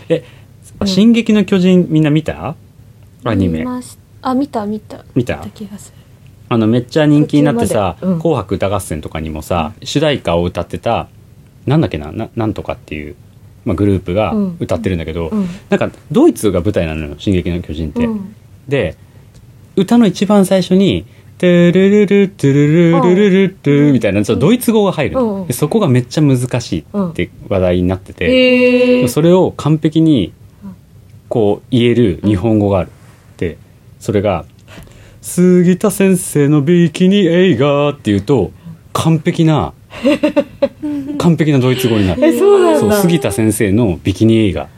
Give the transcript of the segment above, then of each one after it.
進撃の巨人みんな見た？アニメ。 見た気がする。 めっちゃ人気になってさ、紅白歌合戦とかにもさ、主題歌を歌ってたなんだっけなんとかっていう、グループが歌ってるんだけど、なんかドイツが舞台なのよ、進撃の巨人って、で歌の一番最初にトゥルルルトゥルルルルルルみたいなドイツ語が入るの、でそこがめっちゃ難しいって話題になってて、それを完璧にこう言える日本語がある。でそれが杉田先生のビキニ映画っていうと完璧なドイツ語になる。 そうなんだ。 そう、杉田先生のビキニ映画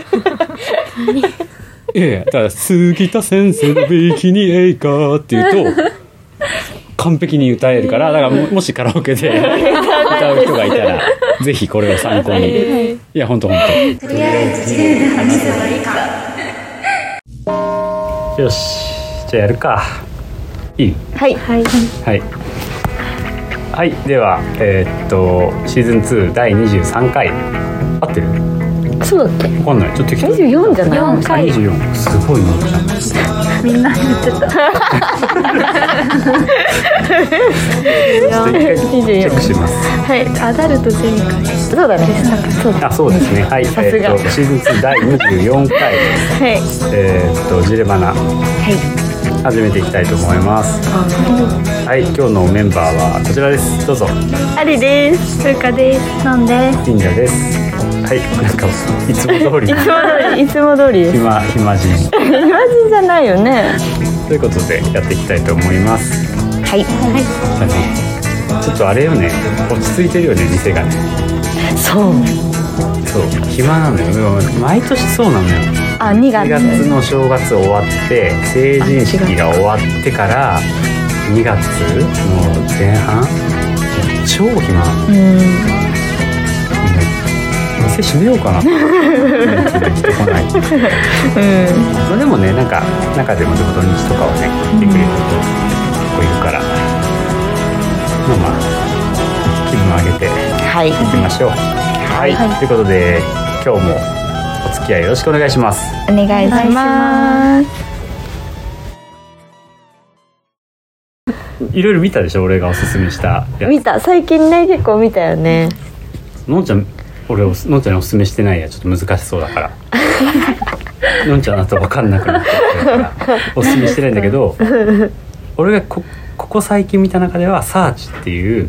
だから杉田先生のビキニ映画っていうと完璧に歌えるから、だから もしカラオケで歌う人がいたらぜひこれを参考に。いや本当とりあえず自由で話せばいいか。よし、じゃあやるか。いい？ はいはい、ではシーズン2第23回合ってる？ そうだっけ？ 分かんない、ちょっと 24じゃない？4回。 24、すごいのじゃん。 みんな言ってた。 チェックします。 はい、アダルト前回。そうだね。 そうですね。はい、 さすが。 シーズン2第24回。 はい。 ジレバナ。始めていきたいと思います。はい、今日のメンバーはこちらです。どうぞ。 アリです。ふうかです。のんです。 忍者です。はい、なんかいつも通りです。暇人じゃないよね。 ということでやっていきたいと思います。 はい。 ちょっとあれよね、落ち着いてるよね、店がね。 そう、 暇なのよ。毎年そうなのよ。 2月の正月終わって成人式が終わってから2月の前半超暇。店閉めようかな。人来ない。でもね、なんか中でも土日とかはね来てくれる人結構いるから、気分を上げていきましょう。ということで今日もお付き合いよろしくお願いします。 お願いします。 いろいろ見たでしょ、俺がおすすめしたやつ。 見た、最近ね、結構見たよね。 のんちゃんにおすすめしてないや、ちょっと難しそうだからのんちゃんだと分かんなくなってるからおすすめしてないんだけど俺がここ最近見た中ではサーチっていう、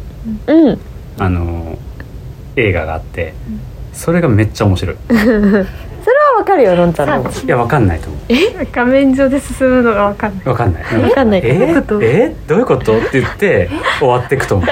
映画があって、それがめっちゃ面白い。 それはわかるよ、のんちゃんの。 いや、わかんないと思う。 画面上で進むのがわかんない。 わかんない。 どういうことって言って終わっていくと思う。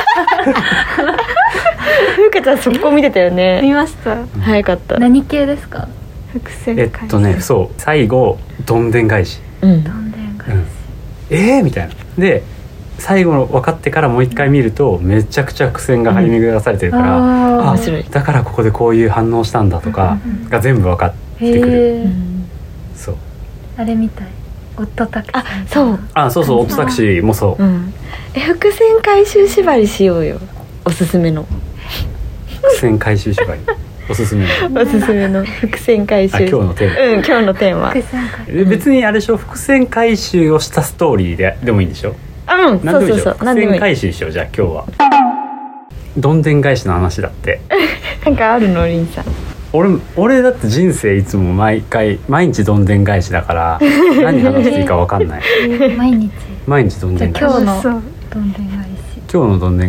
ふうかちゃんそこ見てたよね。 見ました。 早かった。 何系ですか？伏線回収。 そう、最後どんでん返し。 どんでん返し。 みたいな。で最後の分かってからもう一回見るとめちゃくちゃ伏線が張り巡らされてるから、 面白い。 だからここでこういう反応したんだとかが全部分かってくる。そう。 あれみたい。オットタクシー。 そう。 オットタクシーもそう。 伏線回収縛りしようよ。おすすめの。 伏線回収縛り。おすすめの伏線回収。 今日のテーマ。 今日のテーマ。 別にあれでしょ、伏線回収をしたストーリーでもいいんでしょ。 そう。 伏線回収しよう。じゃあ今日はどんでん返しの話だって。 なんかあるの、りんさん。 俺だって人生いつも毎日どんでん返しだから何話していいか分かんない。毎日どんでん返し。 今日のどんでん返し。 今日のどんでん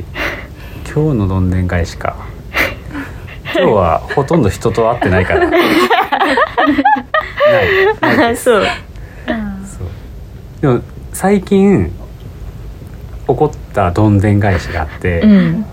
返しか。今日はほとんど人と会ってないからないです。そうでも最近起こったどんでん返しがあって、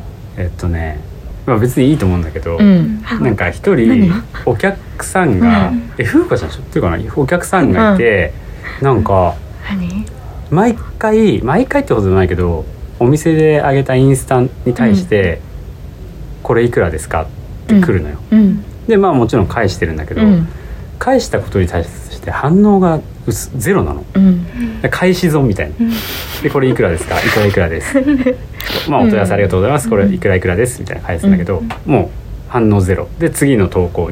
別にいいと思うんだけど、なんか一人お客さんが、風花ちゃん知ってるかな、お客さんがいて、なんか毎回ってことじゃないけど、お店であげたインスタに対して、これいくらですかって来るのよ。でもちろん返してるんだけど、返したことに対して反応がゼロなの。返し損みたいな。でこれいくらですか、いくらです。お問い合わせありがとうございます。これいくらですみたいな返すんだけど、もう反応ゼロで次の投稿に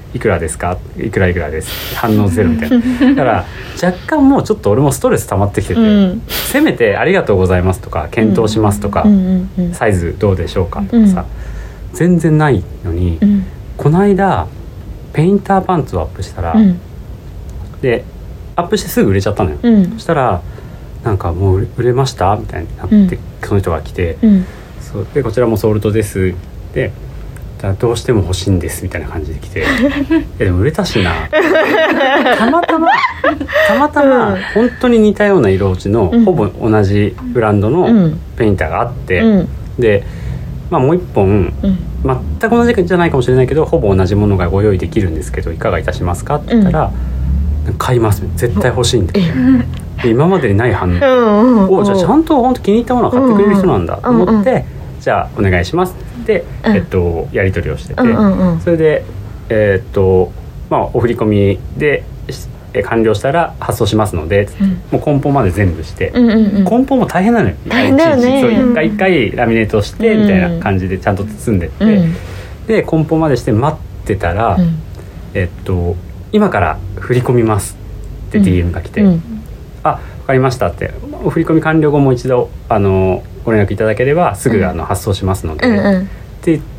いくらですか、いくらいくらです、反応ゼロみたいな。だから若干もうちょっと俺もストレス溜まってきてて、せめてありがとうございますとか検討しますとか、サイズどうでしょうかとかさ、全然ないのに、この間ペインターパンツをアップしたら、でアップしてすぐ売れちゃったのよ、そしたらなんかもう売れましたみたいになって、その人が来て、そうでこちらもソールドですでどうしても欲しいんですみたいな感じで来てでも売れたしなたまたま本当に似たような色落ちの、ほぼ同じブランドのペインターがあって、で、もう一本、全く同じじゃないかもしれないけどほぼ同じものがご用意できるんですけどいかがいたしますかって言ったら、買います絶対欲しいんで、今までにない反応、じゃあちゃんと本当気に入ったものを買ってくれる人なんだと思って、じゃあお願いしますってやり取りをしてて、それでお振り込みで完了したら発送しますので、もう梱包まで全部して、梱包も大変なのよ。 大変だよね。 一回一回ラミネートしてみたいな感じでちゃんと包んでって、で梱包までして待ってたら、今から振り込みますって DM が来て、あ、わかりましたって、お振り込み完了後もう一度ご連絡いただければすぐ発送しますので、って言って、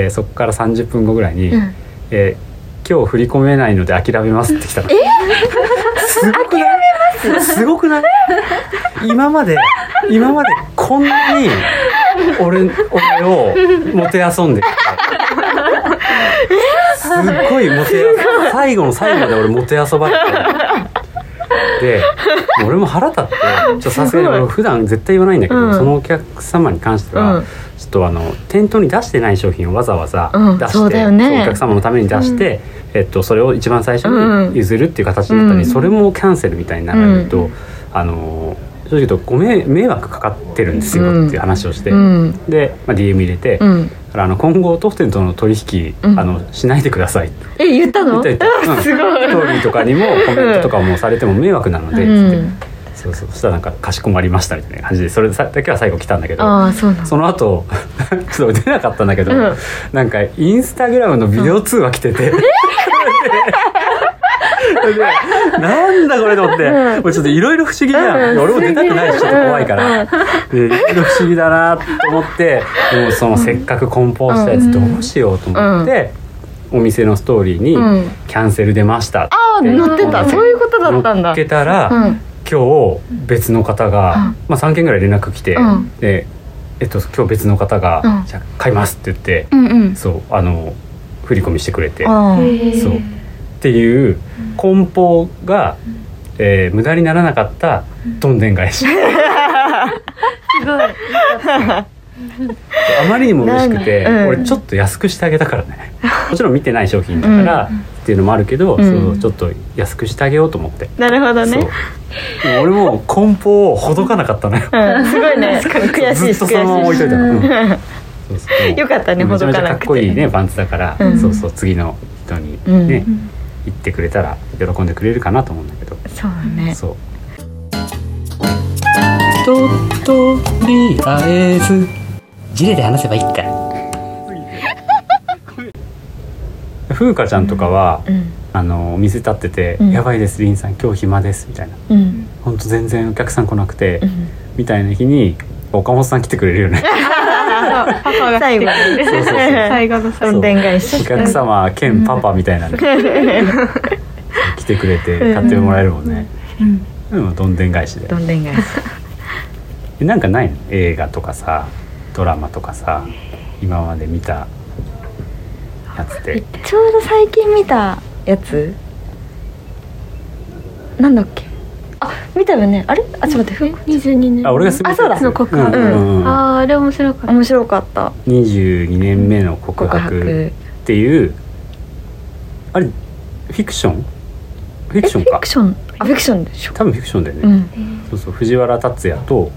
そこから30分後ぐらいに、今日振り込めないので諦めますって来たの。すごくない？すごくない？今までこんなに俺をもてあそんできてすっごい最後の最後まで俺もてあそばれてで俺も腹立ってさすがに俺普段絶対言わないんだけど、そのお客様に関しては、ちょっと店頭に出してない商品をわざわざ出して、そうだよね、お客様のために出して、それを一番最初に譲るっていう形になったり、それもキャンセルみたいになられると、正直言うと迷惑かかってるんですよっていう話をして、で、DM 入れて、今後当店との取引しないでください。 言ったの？ 言ったすごい。ストーリーとかにもコメントとかもされても迷惑なのでつって、そしたらなんかかしこまりましたみたいな感じで、それだけは最後来たんだけど、その後ちょっと出なかったんだけど、なんかインスタグラムのビデオ通話来てて、なんだこれと思って、俺ちょっといろいろ不思議じゃん、俺も出たくないしちょっと怖いから、いろいろ不思議だなと思って、でもそのせっかく梱包したやつどうしようと思って、お店のストーリーにキャンセル出ましたって載ってた。そういうことだったんだ。 載っけたら、今日別の方が、3件ぐらい連絡来て、で今日別の方が、じゃあ買いますって言って、そう振り込みしてくれて、そうっていう梱包が、無駄にならなかったどんでん返し。すごい。 あまりにも嬉しくて、俺ちょっと安くしてあげたからね。もちろん見てない商品だからっていうのもあるけど、そうちょっと安くしてあげようと思って。 なるほどね。 そう俺も梱包をほどかなかったのよ。 すごいね。悔しい。 ずっとそのまま置いといたの。 よかったね、ほどかなくて。 めちゃめちゃかっこいいねパンツだから、そう次の人にね言ってくれたら喜んでくれるかなと思うんだけど。 そうね。 そう。とりあえずジレで話せばいいか。風花ちゃんとかは、お店立ってて、やばいですリンさん今日暇ですみたいな、ほんと全然お客さん来なくて、みたいな日に岡本さん来てくれるよね。 最後に最後のどんでん返し、 お客様兼パパみたいなの来てくれて買ってもらえるもんね。どんでん返しで。 どんでん返し。 なんかないの？映画とかさドラマとかさ今まで見たやつで。 ちょうど最近見たやつなんだっけ。見たよね。あれちょっと待って。 22年。 俺がすべての告白。あれ面白かった。 面白かった。 22年目の告白っていう、あれフィクション？フィクションか。 フィクション。フィクションでしょ。 多分フィクションだよね。そう藤原竜也と、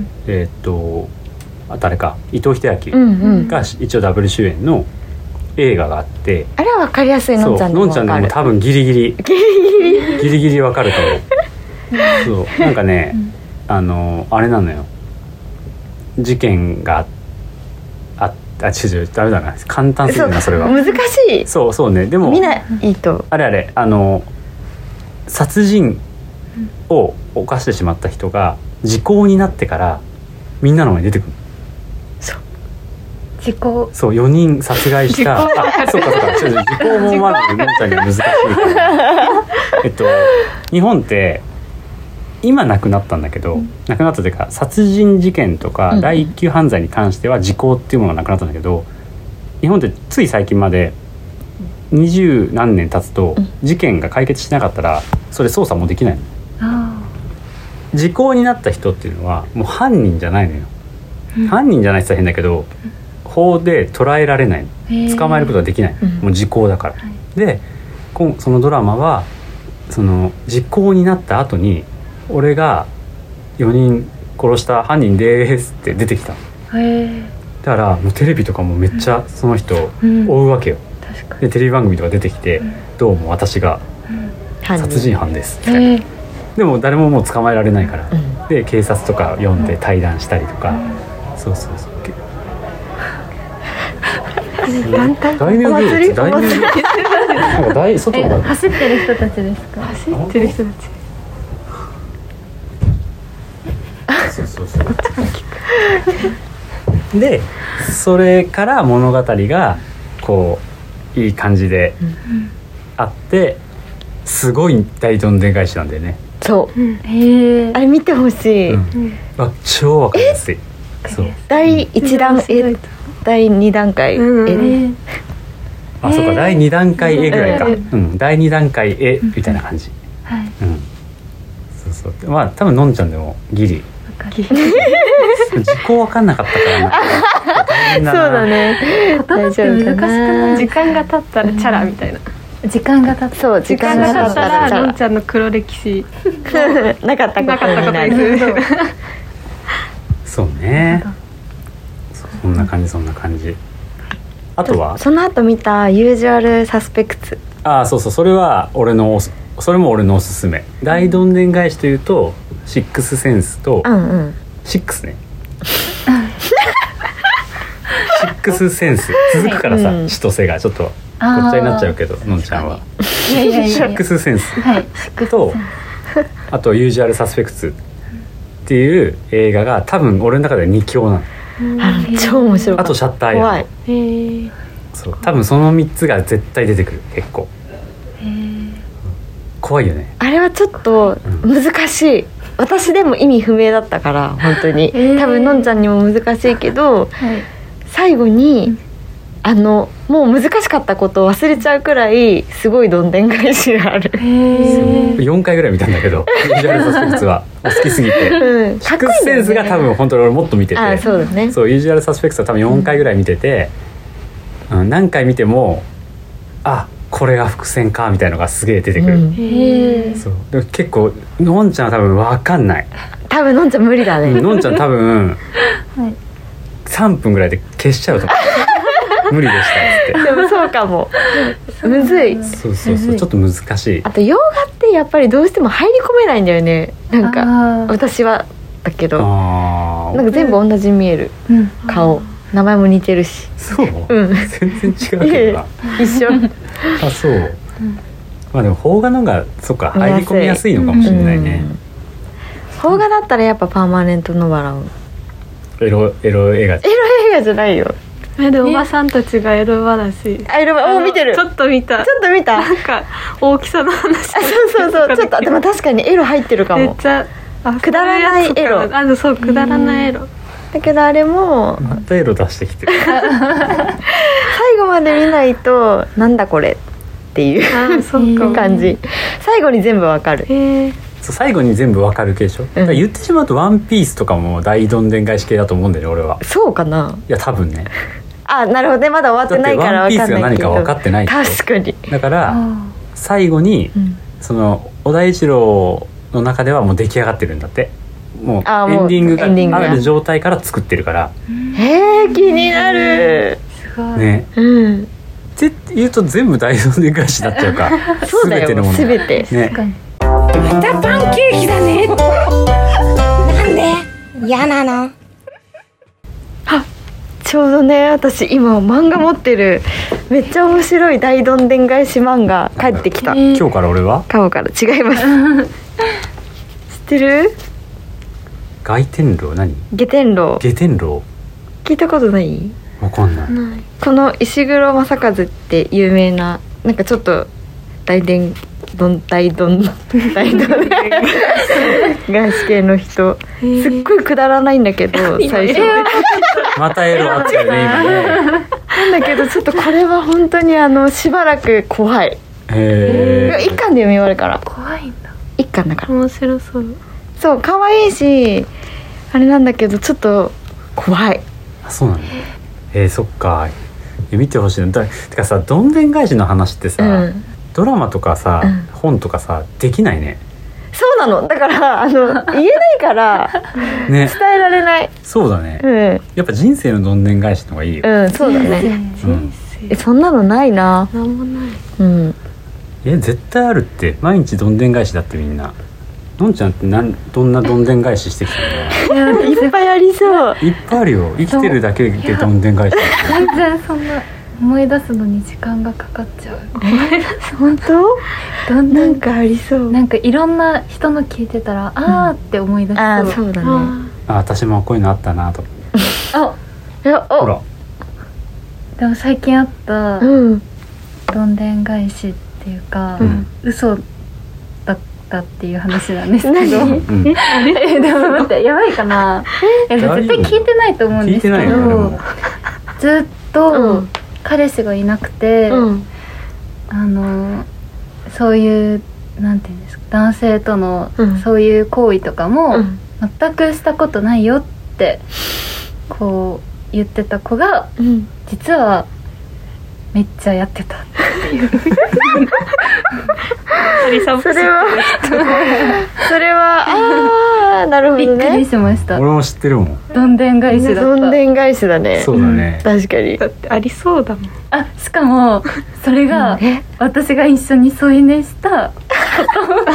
誰か伊藤英明が一応ダブル主演の映画があって、 あれは分かりやすい。のんちゃんでも分かる。 のんちゃんでも多分ギリギリ分かると思う。そうなんかね、あれなのよ。事件があっダメだな、簡単すぎるなそれは。 難しい。 そうね。でも見ないとあれ殺人を犯してしまった人が時効になってからみんなの前に出てくる。 時効。 そう、4人殺害したあ、そうか時効もまずのんちゃんには難しいから日本って今亡くなったんだけど、亡くなったというか殺人事件とか第一級犯罪に関しては時効っていうものがなくなったんだけど、日本ってつい最近まで20何年経つと事件が解決しなかったらそれ捜査もできないの。時効になった人っていうのはもう犯人じゃないのよ、犯人じゃないって言ったら変だけど法で捉えられない、捕まえることができない、もう時効だから、でそのドラマはその時効になった後に俺が4人殺した犯人ですって出てきた。だからもうテレビとかもめっちゃその人を追うわけよ、でテレビ番組とか出てきて、どうも私が殺人犯ですみたいな、でも誰ももう捕まえられないから、で警察とか読んで対談したりとか、そう大名行列、大名行列なんか外が走ってる人たちですか？走ってる人たち。 そうでそれから物語がこういい感じであって、すごい大どんでん返しなんだよね。 そう、あれ見てほしい、 超わかりやすい。そう第1弾第2段階あ、そうか、第2段階絵ぐらいか、第2段階絵みたいな感じ、そうまあ多分のんちゃんでもギリ時効分かんなかったからなそうだね、 大丈夫かな。時間が経ったらチャラみたいな、時間が経ったそう時間が経ったらのんちゃんの黒歴史なかったことになるそうね、そんな感じ。あとはその後見たユージュアルサスペクツ。 そうそれはそれも俺のおすすめ。大どんでん返しというとシックスセンスと、シックスねシックスセンス続くからさ、千歳がちょっとごっちゃになっちゃうけど、のんちゃんはシックスセンスと、あとユージュアルサスペクツっていう映画が多分俺の中で2強なの。 超面白い。 あとシャッターアイランド。そう多分その3つが絶対出てくる。結構怖いよね。 あれはちょっと難しい、私でも意味不明だったから本当に、多分のんちゃんにも難しいけど、最後にもう難しかったことを忘れちゃうくらいすごいどんでん返しがある。 4回ぐらい見たんだけどユージュアルサスペクツは好きすぎて、シックスセンスが多分本当に俺もっと見てて、 そうだね、 そうユージュアルサスペクツは多分4回ぐらい見てて、何回見てもこれが伏線かみたいのがすげえ出てくる、そうでも結構のんちゃんは多分分かんない。 多分のんちゃん無理だね、 のんちゃん多分3分ぐらいで消しちゃうと思う無理でしたっつって。 でもそうかもむずい。 そうちょっと難しい。 あと洋画ってやっぱりどうしても入り込めないんだよね。なんか私はだけどなんか全部同じに見える、顔名前も似てるし。 そう、全然違うけどな一緒そう、まあでも邦画の方がそうか入り込みやすいのかもしれないね。 邦画だったらやっぱパーマネントノバラをエロ映画じゃないよ。 でおばさんたちがエロ話、 見てる。 ちょっと見たなんか大きさの話。 そうちょっとでも確かにエロ入ってるかも。 めっちゃくだらないエロ。 そうくだらないエロだけどあれもまたエロ出してきてる最後まで見ないとなんだこれっていう感じ。最後に全部わかる。 最後に全部わかる系でしょ、だから言ってしまうとワンピースとかも大どんでん返し系だと思うんだよね俺は。そうかな。いや多分ね。なるほどね、まだ終わってないから分かんないけど。ワンピースが何か分かってないと。確かに。だから最後に、その小田一郎の中ではもう出来上がってるんだって。もうエンディングがある状態から作ってるから。気になる。すごいね。って言うと全部大どんでん返しになっちゃうかそうだよ、全てのもの全てね。 またパンケーキだね。なんで嫌なの。 ちょうどね、私今漫画持ってるめっちゃ面白い大どんでん返し漫画帰ってきた。 今日から俺は買うから違います知ってる？ 外天狼何？ 下天狼下天狼聞いたことない？ わかんない。 この石黒正和って有名ななんかちょっと大どん返し系の人、すっごいくだらないんだけど最初またエロあったよね今ね。 なんだけどちょっとこれは本当にしばらく怖い。 へ一巻で読み終わるから。 怖いんだ。 一巻だから面白そう。 そう可愛いしあれなんだけどちょっと怖い。 あ、そうなんだ。そっか。見てほしいの。てかさ、どんでん返しの話ってさ、ドラマとかさ、本とかさできないね。 そうなの。だから言えないからね、伝えられない。 そうだね、やっぱ人生のどんでん返しの方がいいよ。 そうだね。人生、そんなのないな。 なんもない。 絶対あるって。毎日どんでん返しだってみんな。のんちゃんってどんなどんでん返ししてきたの？いっぱいありそう。 いっぱいあるよ。生きてるだけでどんでん返し。 全然そんな思い出すのに時間がかかっちゃう。 本当？なんかありそう。 なんかいろんな人の聞いてたら、あーって思い出しそう。 あ、そうだね。 私もこういうのあったなと。 ほら。でも最近あったどんでん返しっていうか、嘘だったっていう話なんですけど。でも待って、やばいかな。絶対聞いてないと思うんですけど、ずっと彼氏がいなくて、そういうなんていうんですか、男性とのそういう行為とかも全くしたことないよってこう言ってた子が、実はめっちゃやってたっていうそれはなるほどね。びっくりしました。 俺も知ってるもん。 どんでん返しだった。 どんでん返しだね。 そうだね。 確かに。 だってありそうだもん。しかもそれが私が一緒に添い寝したことも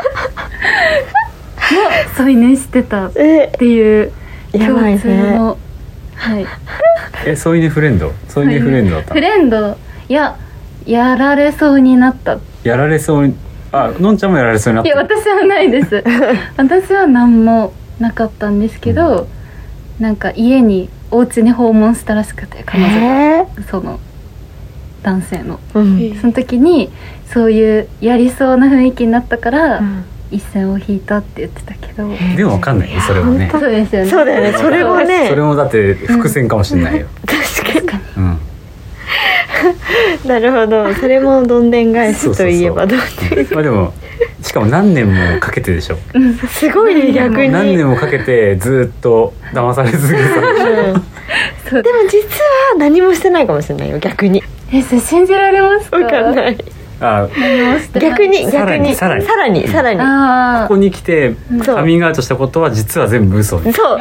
添い寝してたっていう共通の。はい。 添い寝フレンド。添い寝フレンドだった。 フレンド、いや、やられそうになった。 やられそうに。のんちゃんもやられそうになった。 いや、私はないです私は何もなかったんですけど、なんかお家に訪問したらしくて、彼女がその男性の、その時にそういうやりそうな雰囲気になったから、一線を引いたって言ってたけど、 でも分かんないよそれはね。 そうですよね。 そうだよね。それもね。 それもだって伏線かもしれないよ。 確かに。なるほど。それもどんでん返しといえばどんでん。 でもしかも何年もかけてでしょ。 すごいね、逆に。 何年もかけてずっと騙され続けた。 でも実は何もしてないかもしれないよ、逆に。 それ信じられますか？ 分かんない。逆にさらにここに来てカミングアウトしたことは実は全部嘘。そうそこ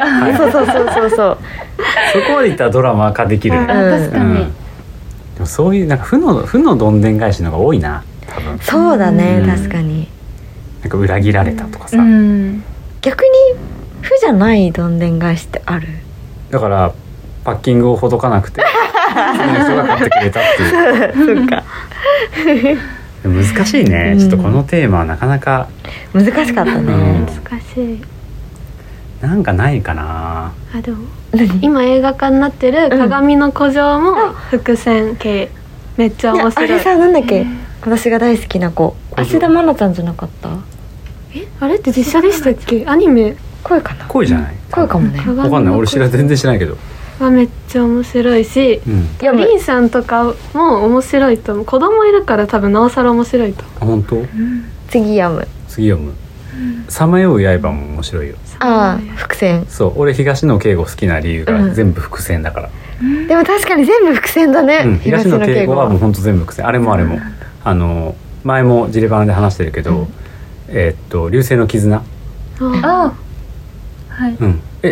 までいったらドラマ化できる。 確かに。 でもそういうなんか負のどんでん返しのが多いな、多分。 そうだね、確かに。 なんか裏切られたとかさ。 逆に負じゃないどんでん返しってある？ だからパッキングをほどかなくてその人が買ってくれたっていう。 そうか。 難しいね。ちょっとこのテーマはなかなか難しかったね。 難しい。 なんかないかな。 でも今映画化になってる鏡の古城も伏線系、めっちゃ面白い。 あれさ、なんだっけ、私が大好きな子、芦田愛菜ちゃんじゃなかった？ あれって実写でしたっけ？アニメ？ 声かな？ 声じゃない？ 声かもね。 分かんない。俺全然知らないけど。 めっちゃ面白いし、リンさんとかも面白いと思う。子供いるから多分なおさら面白いと思う。 本当？ 次読む。 さまよう刃も面白いよ。 伏線。 そう、俺東野圭吾好きな理由が全部伏線だから。 でも確かに全部伏線だね。 東野圭吾はもう本当全部伏線。あれも前もジレバナで話してるけど、流星の絆。 はい。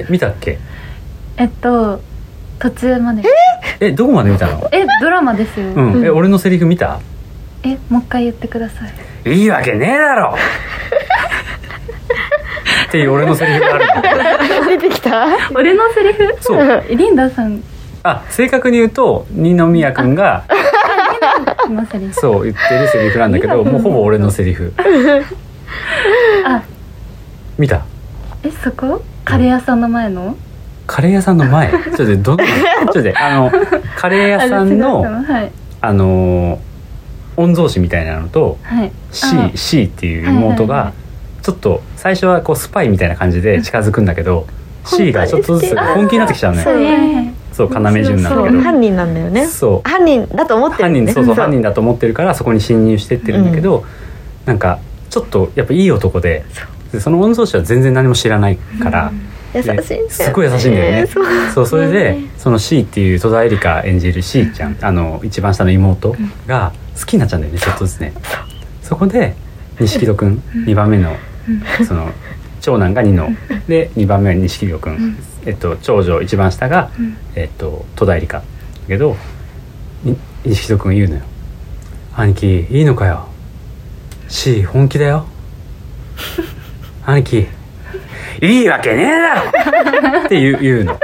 見たっけ？ 途中まで。 どこまで見たの？ ドラマですよ。 俺のセリフ見た？ もう一回言ってください。 いいわけねえだろっていう俺のセリフがある。 出てきた？ 俺のセリフ？ そう。 リンダさん。 正確に言うと二宮君がそう言ってるセリフなんだけど、もうほぼ俺のセリフ。見た？ そこ？カレー屋さんの前の？ カレー屋さんの前。ちょっとどの？ちょっとカレー屋さんの御曹司みたいなのと、C っていう妹がちょっと最初はこうスパイみたいな感じで近づくんだけど、C がちょっとずつ本気になってきちゃうのよ。そう、要潤なんだけど、 犯人なんだよね。 そう、 犯人だと思ってるんだよね。 犯人だと思ってるからそこに侵入してってるんだけど、なんかちょっとやっぱいい男で、その御曹司は全然何も知らないから、 優しいんだよね。 すごい優しいんだよね。そう、それでその C っていう戸田恵梨香演じる C ちゃん、一番下の妹が好きになっちゃうんだよね、ちょっとずつね。そこで錦戸くん、2番目のその長男が2ので、2番目は錦戸くん、長女一番下が、戸田恵梨香だけど、錦戸くんが言うのよ。兄貴いいのかよ、 C 本気だよ兄貴いいわけねえだろって言うの。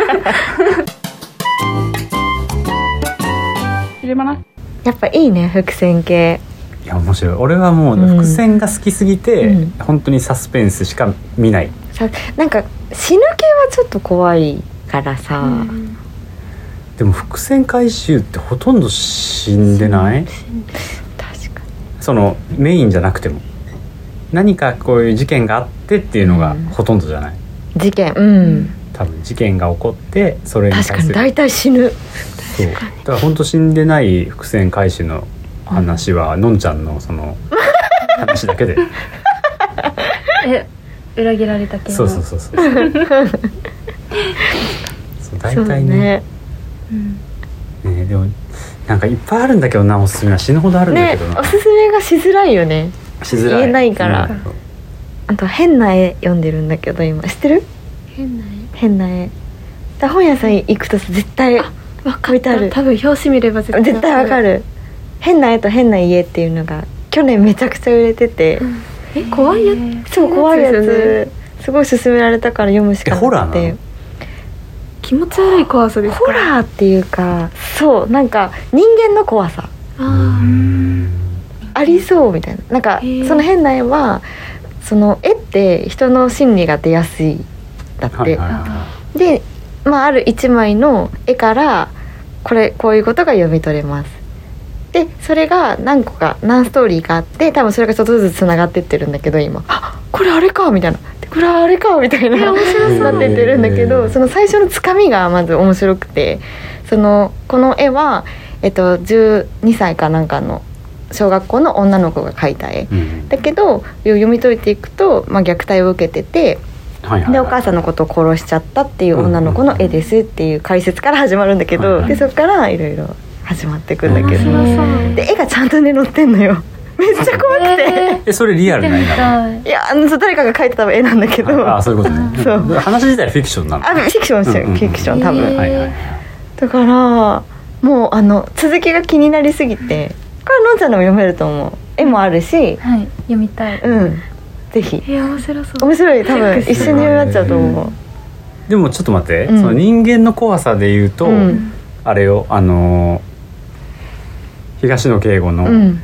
やっぱいいね、伏線系。 いや面白い。俺はもう伏線が好きすぎて、本当にサスペンスしか見ない。 なんか死ぬ系はちょっと怖いからさ、 でも伏線回収ってほとんど死んでない？ 確かに。 そのメインじゃなくても何かこういう事件があってっていうのがほとんどじゃない？ 事件、 多分事件が起こってそれに対する、 確かに大体死ぬ。 そうだから本当死んでない伏線回収の話はのんちゃんのその話だけで裏切られたけど、 そう大体ね。でもなんかいっぱいあるんだけどな、おすすめは死ぬほどあるんだけどな、 おすすめがしづらいよね。 しづらい、 言えないから、あと変な絵読んでるんだけど今。知ってる？変な絵だ。本屋さん行くと絶対置いてある。 多分表紙見れば絶対わかる。変な絵と変な家っていうのが去年めちゃくちゃ売れてて、 怖いやつ。 そう、怖いやつすごい勧められたから読むしかなくて。 ホラーなの？ 気持ち悪い怖さですか？ ホラーっていうか、そうなんか人間の怖さありそうみたいな。なんかその変な絵はその絵って人の心理が出やすいだって、で、ある一枚の絵からこういうことが読み取れます。でそれが何ストーリーかあって、多分それがちょっとずつつながってってるんだけど、今これあれかみたいな、これあれかみたいななってってるんだけど、その最初のつかみがまず面白くて、この絵は、12歳かなんかの小学校の女の子が描いた絵、だけど読み解いていくと、虐待を受けてて、でお母さんのことを殺しちゃったっていう女の子の絵ですっていう解説から始まるんだけど、でそこからいろいろ始まっていくんだけど、で絵がちゃんとね載ってんのよ。めっちゃ怖くて。 それリアルな絵なの？ いや、誰かが描いてた絵なんだけど。 そういうことね。 そう、 話自体はフィクションなの？ フィクションですよ、フィクション多分。だからもう続きが気になりすぎて、これのんちゃんでも読めると思う。絵もあるし、 読みたい。 ぜひ。 面白そう。 面白い。多分一緒に読みなっちゃうと思う。 でもちょっと待って、その人間の怖さで言うと、あれよ、東野圭吾の、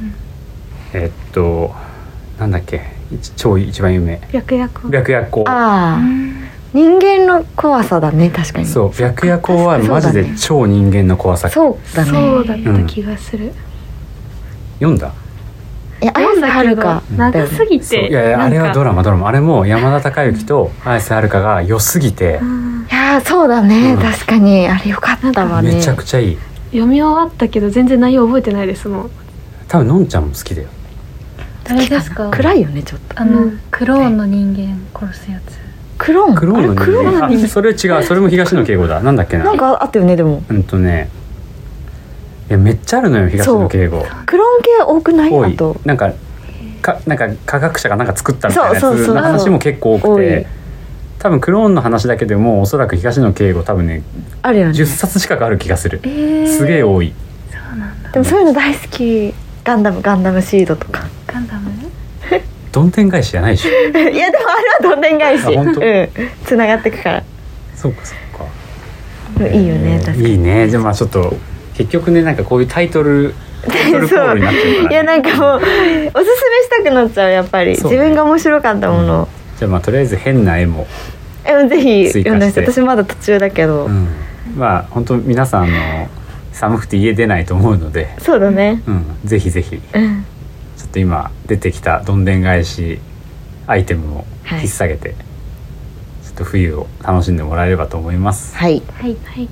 なんだっけ、超一番有名、白夜行。 人間の怖さだね、確かに。 そう、白夜行はマジで超人間の怖さ。 そうだね。 そうだった気がする。 読んだ？ 綾瀬はるか長すぎて。 いやあれはドラマ。あれも山田孝之と綾瀬はるかが良すぎて。 いやそうだね、確かにあれ良かったわね。 めちゃくちゃいい。 読み終わったけど全然内容覚えてないですもん。 多分のんちゃんも好きだよ。 誰ですか？ 暗いよねちょっと。 クローンの人間殺すやつ。 クローンの人間。それ違う。それも東野圭吾だ。なんだっけな。 なんかあったよねでも。 いやめっちゃあるのよ、東野圭吾。 クローン系多くない？ 多い。なんか科学者がなんか作ったみたいなやつの話も結構多くて、多分クローンの話だけでもおそらく東野圭吾多分ね、 あるよね、 10冊近くある気がする。すげえ多い。 そうなんだ。 でもそういうの大好き。ガンダムシードとか。 ガンダム？ どんでん返しじゃないでしょ。 いやでもあれはどんでん返し。 本当？ つながってくから。 そうか。 いいよね、確かに。 いいね。でもまあちょっと結局ね、なんかこういうタイトルコールになってるから、ね、 いやなんかもうおすすめしたくなっちゃう、やっぱり、自分が面白かったものを、 じゃあまあとりあえず変な絵もぜひ読んで、私まだ途中だけど、 まあ本当皆さん寒くて家出ないと思うので、 そうだね、 ぜひぜひ、ちょっと今出てきたどんでん返しアイテムを引っ提げて、ちょっと冬を楽しんでもらえればと思います。 はいはいはい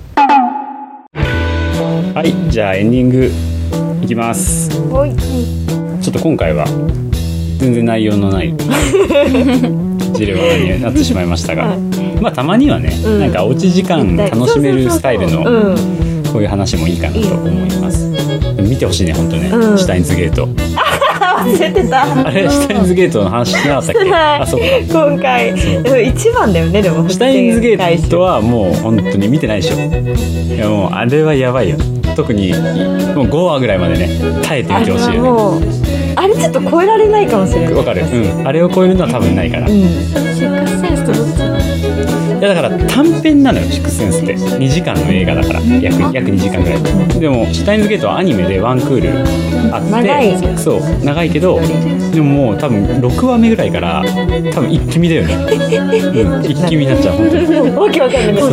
はい、じゃあエンディングいきます。ちょっと今回は全然内容のないジレバナになってしまいましたが、まあたまにはね、なんかおうち時間楽しめるスタイルのこういう話もいいかなと思います。見てほしいね、本当ね、シュタインズゲート。 忘れてた。 あれシュタインズゲートの話してなかったっけ？あ、そうか。 今回一番だよね。でもシュタインズゲートはもう本当に見てないでしょ。いやもうあれはやばいよ。特にもう5話ぐらいまでね耐えてみてほしいよね。 あれちょっと超えられないかもしれない。 わかる。あれを超えるのは多分ないから。 シックスセンスとどっち？ いやだから短編なのよ、シックスセンスって2時間の映画だから、約2時間ぐらい。でもシュタインズゲートはアニメでワンクールあって、 長い。 そう長いけど、でももう多分6話目ぐらいから多分一気見だよね。一気見になっちゃう、本当に。 わけわかんない。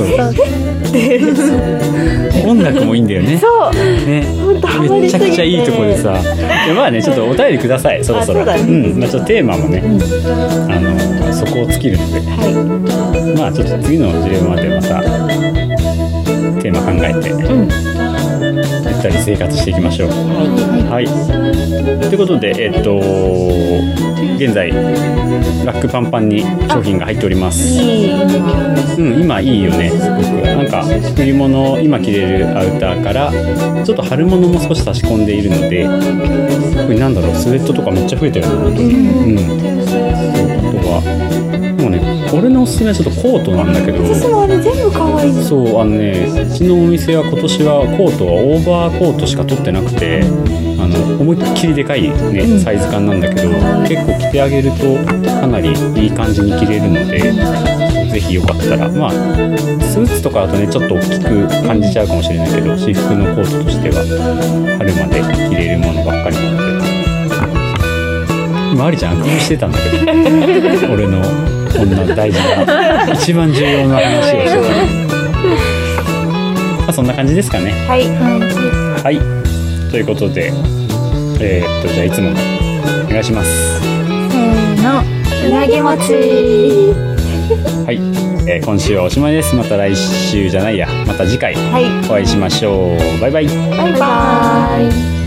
音楽もいいんだよね。 そうね、めちゃくちゃいいとこでさ。でまあね、ちょっとお便りください、そろそろ。まあちょっとテーマもね、そこを尽きるので、まあちょっと次のジレバまでまたテーマ考えて、ゆったり生活していきましょう。はい。ということで現在ラックパンパンに商品が入っております。今いいよね、すごく。なんか冬物、今着れるアウターからちょっと春物も少し差し込んでいるので、これなんだろう、スウェットとかめっちゃ増えたよね、本当に。あとはもうね、俺のおすすめはちょっとコートなんだけど、 私もあれ全部可愛い。 そう、うちのお店は今年はコートはオーバーコートしか取ってなくて、思いっきりでかいね、サイズ感なんだけど、結構着てあげるとかなりいい感じに着れるので、ぜひよかったら、まあスーツとかだとねちょっと大きく感じちゃうかもしれないけど、私服のコートとしては春まで着れるものばっかりなので。今ありちゃんあくびしてたんだけど俺のこんな大事な一番重要な話をしてたのに、まあそんな感じですかね。 はいはい、ということでじゃあいつものお願いします。 せーの、うなぎ餅。 はい、今週はおしまいです。また来週じゃないや、また次回お会いしましょう。バイバイ。 バイバイ。